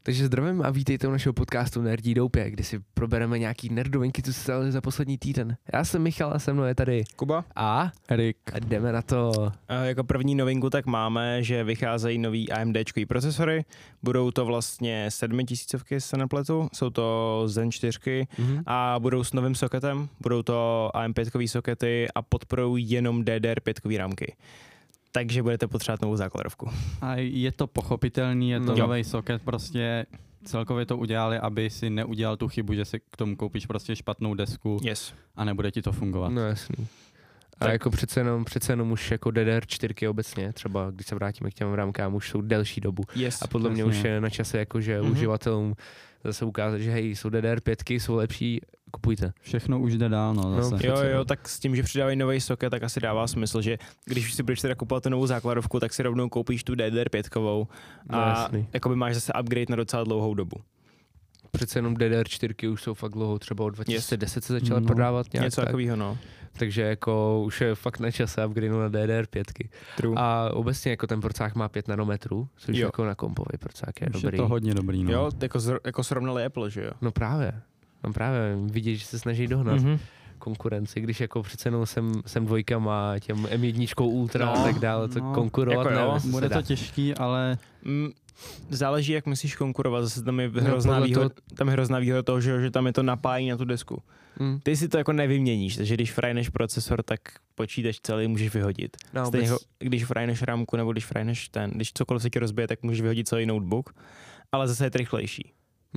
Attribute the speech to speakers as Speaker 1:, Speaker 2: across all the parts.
Speaker 1: Takže zdravím a vítejte u našeho podcastu Nerdí doupě, kde si probereme nějaký nerdovinky, co se staly za poslední týden. Já jsem Michal a se mnou je tady
Speaker 2: Kuba
Speaker 1: a
Speaker 3: Erik.
Speaker 1: A jdeme na to.
Speaker 2: Jako první novinku tak máme, že vycházejí nový AMDčkový procesory. Budou to vlastně 7000, se nepletu, jsou to Zen 4 a budou s novým soketem, budou to AM5 sokety a podporují jenom DDR5 rámky. Takže budete potřebovat novou základovku.
Speaker 3: A je to pochopitelný, je to nový soket, prostě celkově to udělali, aby si neudělal tu chybu, že si k tomu koupíš prostě špatnou desku a nebude ti to fungovat.
Speaker 1: No jasný. A tak. Jako přece jenom už jako DDR4 obecně, třeba když se vrátíme k těm rámkám, už jsou delší dobu. A podle mě už je na čase jakože uživatelům zase ukázat, že hej, jsou DDR5, jsou lepší, kupujte.
Speaker 3: Všechno už jde dál, no zase.
Speaker 2: Jo, tak s tím, že přidávají nový soket, tak asi dává smysl, že když si budeš teda kupovat tu novou základovku, tak si rovnou koupíš tu DDR5 a jakoby máš zase upgrade na docela dlouhou dobu.
Speaker 1: Přece jenom DDR4 už jsou fakt dlouho, třeba od 2010 se začaly prodávat nějak.
Speaker 2: Něco takového, no.
Speaker 1: Takže jako už je fakt na čase upgrade na DDR5.
Speaker 2: True.
Speaker 1: A obecně jako ten procák má 5 nanometrů, což jako na kompový procák je
Speaker 3: už
Speaker 1: dobrý.
Speaker 3: Je to hodně dobrý, no.
Speaker 2: Jo, jako srovnali Apple, že jo?
Speaker 1: No právě vidíš, že se snaží dohnat konkurenci, když jako přece jenom sem dvojka má těm M1 Ultra a tak dále, co konkurovat
Speaker 2: jako
Speaker 1: nevím,
Speaker 3: bude to těžký, ale...
Speaker 2: Záleží, jak myslíš konkurovat. Zase tam je hrozná výhoda toho, že tam je to napájí na tu desku. Ty si to jako nevyměníš, takže když frajneš procesor, tak počítač celý můžeš vyhodit. Stejně když frajneš rámku nebo když cokoliv se ti rozbije, tak můžeš vyhodit celý notebook, ale zase je to rychlejší.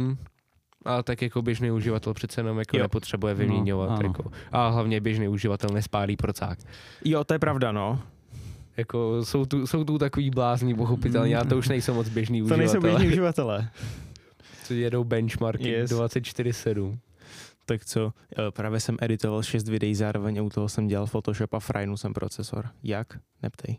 Speaker 1: Ale tak jako běžný uživatel přece jenom jako nepotřebuje vyměňovat. Jako. A hlavně běžný uživatel nespálí procák.
Speaker 2: Jo, to je pravda, no.
Speaker 1: Jako jsou tu takový blázni, pochopitelně, a to už nejsou moc běžný uživatelé.
Speaker 2: To nejsou běžní uživatelé.
Speaker 1: Co jedou benchmarky 24/7.
Speaker 2: Tak co, právě jsem editoval 6 videí zároveň a u toho jsem dělal Photoshop a frajnul jsem procesor. Jak? Neptej.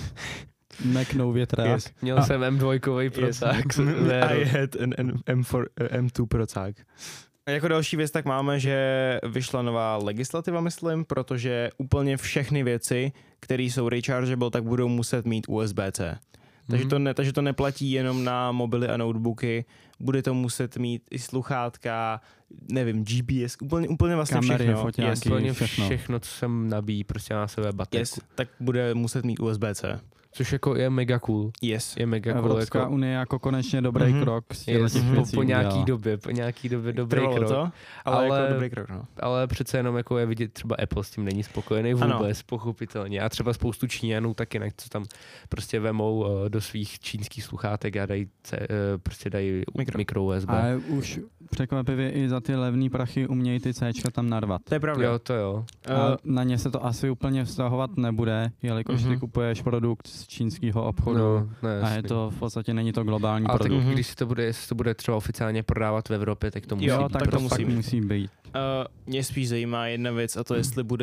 Speaker 3: Meknou větrák.
Speaker 1: Yes. Měl jsem M2 procák.
Speaker 2: I had an M2 procák. A jako další věc tak máme, že vyšla nová legislativa, myslím, protože úplně všechny věci, které jsou rechargeable, tak budou muset mít USB-C. Takže to neplatí jenom na mobily a notebooky, bude to muset mít i sluchátka, nevím, GPS, úplně vlastně
Speaker 3: kamery,
Speaker 2: všechno.
Speaker 3: Foťáky,
Speaker 1: všechno, co sem nabíjí prostě na sebe baterku.
Speaker 2: Tak bude muset mít USB-C.
Speaker 1: Což jako je mega cool.
Speaker 2: Je
Speaker 1: mega cool.
Speaker 3: Evropská unie jako konečně dobrý krok.
Speaker 1: Po nějaký době dobrý krok.
Speaker 2: To, ale jako dobrý krok, no.
Speaker 1: Ale přece jenom jako je vidět, třeba Apple s tím není spokojený vůbec, pochopitelně. A třeba spoustu Číňanů taky, co tam prostě vemou do svých čínských sluchátek a dají mikro USB.
Speaker 3: A už překvapivě i za ty levný prachy umějí ty Cčka tam narvat.
Speaker 2: To je pravda.
Speaker 1: Jo, to jo.
Speaker 3: A na ně se to asi úplně vztahovat nebude, jelikož ty kupuješ produkt z čínského obchodu a je to v podstatě není to globální produkt.
Speaker 1: Tak, když se to bude třeba oficiálně prodávat v Evropě, tak to musí být.
Speaker 3: Tak to musí být.
Speaker 2: Mě spíš zajímá jedna věc a to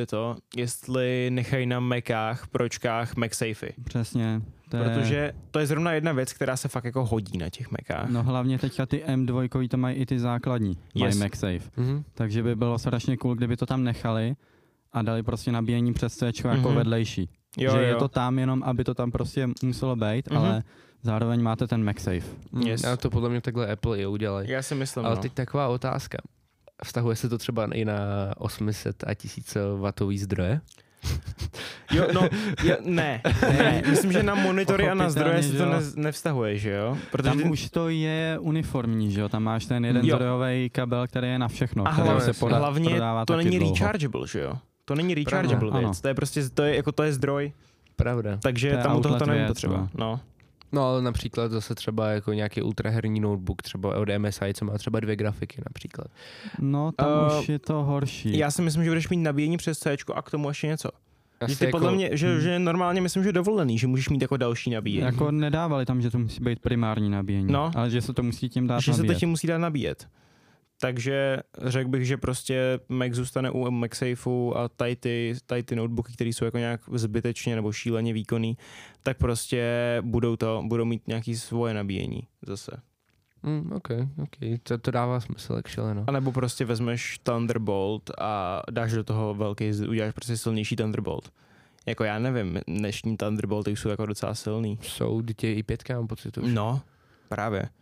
Speaker 2: jestli nechají na Macách, pročkách MagSafey.
Speaker 3: Přesně.
Speaker 2: Protože to je zrovna jedna věc, která se fakt jako hodí na těch Macách.
Speaker 3: No hlavně teďka ty M2 to mají i ty základní, mají MagSafe. Takže by bylo strašně cool, kdyby to tam nechali a dali prostě nabíjení přes C jako vedlejší. Je to tam jenom, aby to tam prostě muselo být, ale zároveň máte ten MagSafe.
Speaker 1: A to podle mě takhle Apple i udělají.
Speaker 2: Já si myslím,
Speaker 1: ale teď taková otázka. Vztahuje se to třeba i na 800 a 1000 watový zdroje?
Speaker 2: Jo, no, ne. Myslím, že na monitory a na zdroje se to nevztahuje, že jo?
Speaker 3: Protože tam už to je uniformní, že jo? Tam máš ten jeden zdrojový kabel, který je na všechno.
Speaker 2: A hlavně to není rechargeable, že jo? To není rechargeable věc. To je prostě, to je zdroj.
Speaker 1: Pravda.
Speaker 2: Takže tam u toho to není potřeba.
Speaker 1: No ale například zase třeba jako nějaký ultraherní notebook třeba od MSI, co má třeba 2 grafiky například.
Speaker 3: No tam už je to horší.
Speaker 2: Já si myslím, že budeš mít nabíjení přes C a k tomu ještě něco. Podle mě, že normálně myslím, že je dovolený, že můžeš mít jako další nabíjení.
Speaker 3: Jako nedávali tam, že to musí být primární nabíjení, ale že se to musí tím dát nabíjet.
Speaker 2: Že se to tím musí dát nabíjet. Takže řekl bych, že prostě Mac zůstane u MagSafeu a tady ty notebooky, které jsou jako nějak zbytečně nebo šíleně výkonný, tak prostě budou mít nějaký svoje nabíjení zase.
Speaker 1: OK. To dává smysl, actually, no.
Speaker 2: A nebo prostě vezmeš Thunderbolt a dáš do toho uděláš prostě silnější Thunderbolt. Jako já nevím, dnešní Thunderbolty jsou jako docela silný.
Speaker 1: Jsou, i 5, mám pocit už.
Speaker 2: No, právě.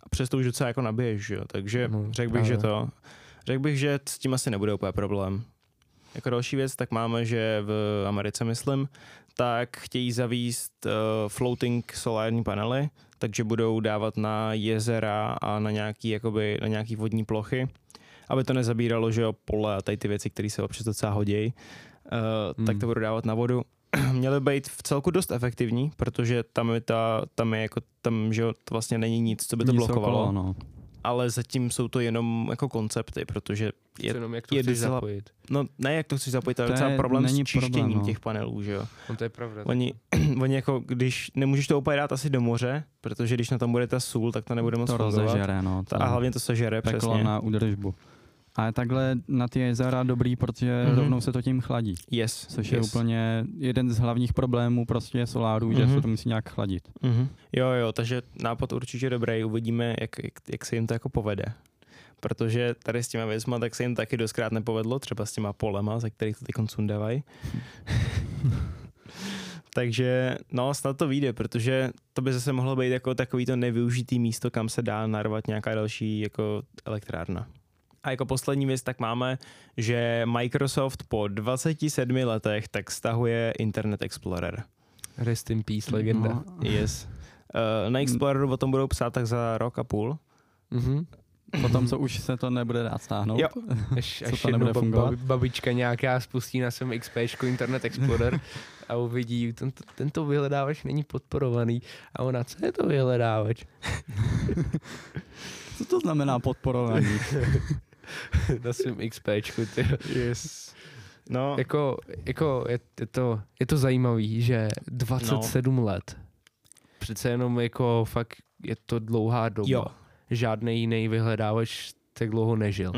Speaker 2: A přesto už docela jako nabiješ, že jo? Takže řekl bych, že s tím asi nebude úplně problém. Jako další věc, tak máme, že v Americe, myslím, tak chtějí zavíst floating solární panely, takže budou dávat na jezera a na nějaký vodní plochy, aby to nezabíralo, že jo, pole a tady ty věci, které se občas docela hodějí, tak to budou dávat na vodu. Měly být v celku dost efektivní, protože tam že jo, to vlastně není nic, co by to blokovalo. Okolo, no. Ale zatím jsou to jenom jako koncepty, protože
Speaker 1: jenom jak to chceš zapojit.
Speaker 2: No ne, jak to chceš zapojit, ale docela problém s čištěním těch panelů, že jo.
Speaker 1: No to je pravda.
Speaker 2: Oni jako, když nemůžeš to úplně dát asi do moře, protože když na tom bude ta sůl, tak to nebude moc fungovat.
Speaker 3: To rozežere, no.
Speaker 2: A hlavně to sežere, přesně.
Speaker 3: Peklo na údržbu. A takhle na ty jezera dobrý, protože rovnou se to tím chladí. Což je úplně jeden z hlavních problémů prostě solárů, že se to musí nějak chladit.
Speaker 2: Jo, takže nápad určitě dobrý, uvidíme, jak se jim to jako povede. Protože tady s těma věcma tak se jim taky doskrát nepovedlo, třeba s těma polema, ze kterých to teď sundávají. Takže no, snad to vyjde, protože to by zase mohlo být jako takovýto nevyužitý místo, kam se dá narvat nějaká další jako elektrárna. A jako poslední věc tak máme, že Microsoft po 27 letech tak stahuje Internet Explorer.
Speaker 1: Rest in peace, legenda.
Speaker 2: No. Yes. Na Exploreru o tom budou psát tak za rok a půl.
Speaker 3: Potom, co už se to nebude dát stáhnout.
Speaker 2: Jo.
Speaker 1: Až to nebude fungovat. Babička nějaká spustí na svém XPčku Internet Explorer a uvidí, tento vyhledávač není podporovaný. A ona, co je to vyhledávač?
Speaker 3: Co to znamená podporovaný?
Speaker 1: Na svém XPčku, ty.
Speaker 2: Yes. No.
Speaker 1: Jako je to zajímavý, že 27 let. Přece jenom jako fakt je to dlouhá doba.
Speaker 2: Jo.
Speaker 1: Žádný jiný vyhledávač tak dlouho nežil.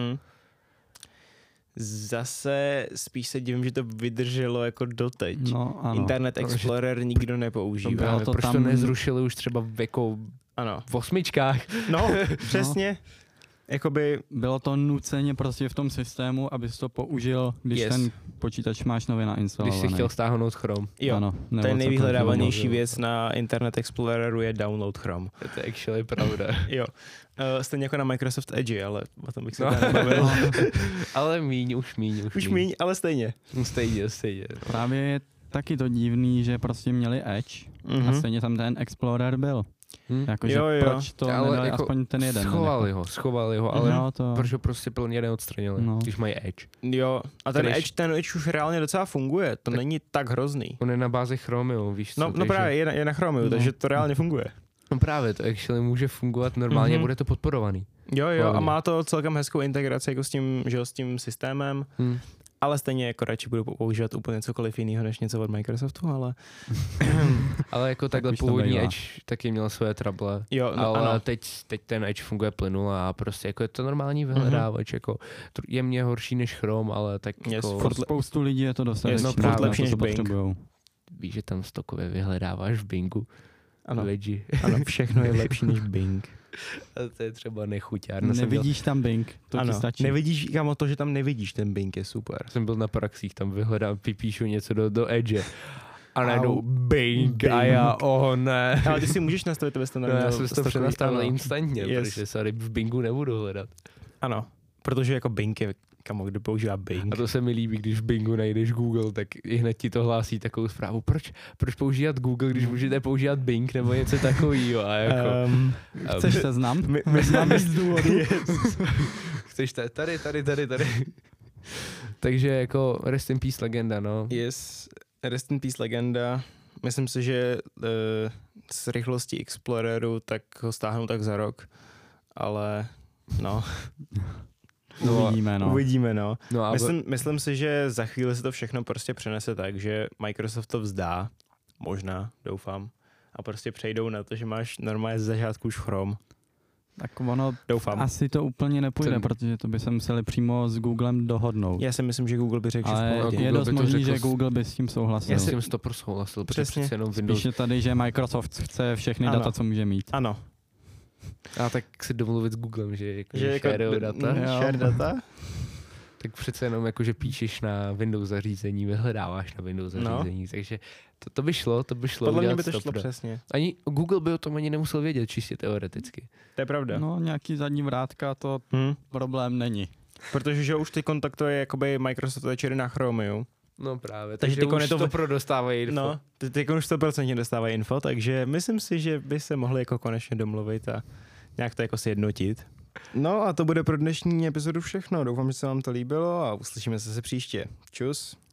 Speaker 2: Zase spíš se divím, že to vydrželo jako doteď.
Speaker 3: No, ano.
Speaker 2: Internet Explorer nikdo nepoužívá.
Speaker 1: Proč to nezrušili už třeba jako v 8?
Speaker 2: No, přesně. Jakoby
Speaker 3: bylo to nuceně prostě v tom systému, abys to použil, když ten počítač máš nově nainstalovaný.
Speaker 1: Když jsi chtěl stáhnout Chrome.
Speaker 2: Jo, ano, to je nejvyhledávanější věc na Internet Exploreru je download Chrome.
Speaker 1: To je actually pravda.
Speaker 2: Jo. Stejně jako na Microsoft Edge, ale o tom bych se tady nebavil.
Speaker 1: Ale už míň,
Speaker 2: ale stejně.
Speaker 1: Stejně.
Speaker 3: No. Právě je taky to divný, že prostě měli Edge a stejně tam ten Explorer byl. Jakože proč to nedali jako aspoň ten jeden?
Speaker 1: Schovali ho, ale proč ho prostě plně jeden odstranili, když mají Edge.
Speaker 2: Jo, a ten Edge už reálně docela funguje, to není tak hrozný.
Speaker 1: On je na bázi Chromium, víš co?
Speaker 2: No právě, je na Chromium, takže to reálně funguje.
Speaker 1: No právě, to actually může fungovat normálně, bude to podporovaný.
Speaker 2: Jo, a má to celkem hezkou integraci jako s tím systémem. Ale stejně jako radši budu používat úplně cokoliv jiného, než něco od Microsoftu, ale...
Speaker 1: ale jako takhle původní Edge taky měl své trable,
Speaker 2: jo, no,
Speaker 1: ale
Speaker 2: ano.
Speaker 1: teď ten Edge funguje plynule a prostě jako je to normální vyhledávač, jako je mě horší než Chrome, ale tak jako...
Speaker 3: Pro spoustu lidí je to dostatečné.
Speaker 2: Lepší než Bing.
Speaker 1: Víš, že tam stokově vyhledáváš v Bingu.
Speaker 2: Ano, všechno je lepší než Bing.
Speaker 1: A to je třeba nechuťár.
Speaker 3: Nevidíš tam Bing, to ti stačí.
Speaker 2: Nevidíš, kámo, to, že tam nevidíš ten Bing je super.
Speaker 1: Jsem byl na praxích, tam vyhledám, píšu něco do Edge. A najednou Bing a já, ne.
Speaker 2: Ale ty si můžeš nastavit, abys to
Speaker 1: neměl. Já jsem si to přenastavil instantně, protože se v Bingu nebudu hledat.
Speaker 2: Ano, protože jako Bing je, kamo, kdo používá Bing.
Speaker 1: A to se mi líbí, když v Bingu najdeš Google, tak i hned ti to hlásí takovou zprávu. Proč používat Google, když můžete používat Bing nebo něco takového? A jako,
Speaker 3: chceš seznam? My známe z důvodu.
Speaker 1: Chceš tady. Takže jako rest in peace legenda, no.
Speaker 2: Yes, rest in peace legenda. Myslím si, že z rychlosti Exploreru tak ho stáhnou tak za rok, ale no... Uvidíme, no. Myslím si, že za chvíli se to všechno prostě přenese tak, že Microsoft to vzdá, možná, doufám, a prostě přejdou na to, že máš normálně z začátku už Chrome.
Speaker 3: Tak ono asi to úplně nepůjde, protože to by se museli přímo s Googlem dohodnout.
Speaker 2: Já si myslím, že Google by řekl, že v
Speaker 3: pohodě. Je dost možný, že Google by s tím souhlasil.
Speaker 1: Já s tím 100% souhlasil,
Speaker 2: přesně.
Speaker 3: Spíše tady, že Microsoft chce všechny data, co může mít.
Speaker 2: Ano.
Speaker 1: A tak si domluvit s Googlem, že jako share data.
Speaker 2: Share data?
Speaker 1: Tak přece jenom jakože píšeš na Windows zařízení, vyhledáváš na Windows zařízení, takže to by šlo.
Speaker 2: Podle mě by to šlo přesně.
Speaker 1: Ani Google by o tom ani nemusel vědět, čistě teoreticky.
Speaker 2: To je pravda.
Speaker 3: No, nějaký zadní vrátka, to problém není.
Speaker 2: Protože že už ty kontaktuje jakoby Microsoft Edge na Chromium.
Speaker 1: No právě, takže už to pro dostávají info.
Speaker 2: No, teď už 100% dostávají info, takže myslím si, že by se mohli jako konečně domluvit a nějak to jako sjednotit. No a to bude pro dnešní epizodu všechno. Doufám, že se vám to líbilo a uslyšíme se příště. Čus.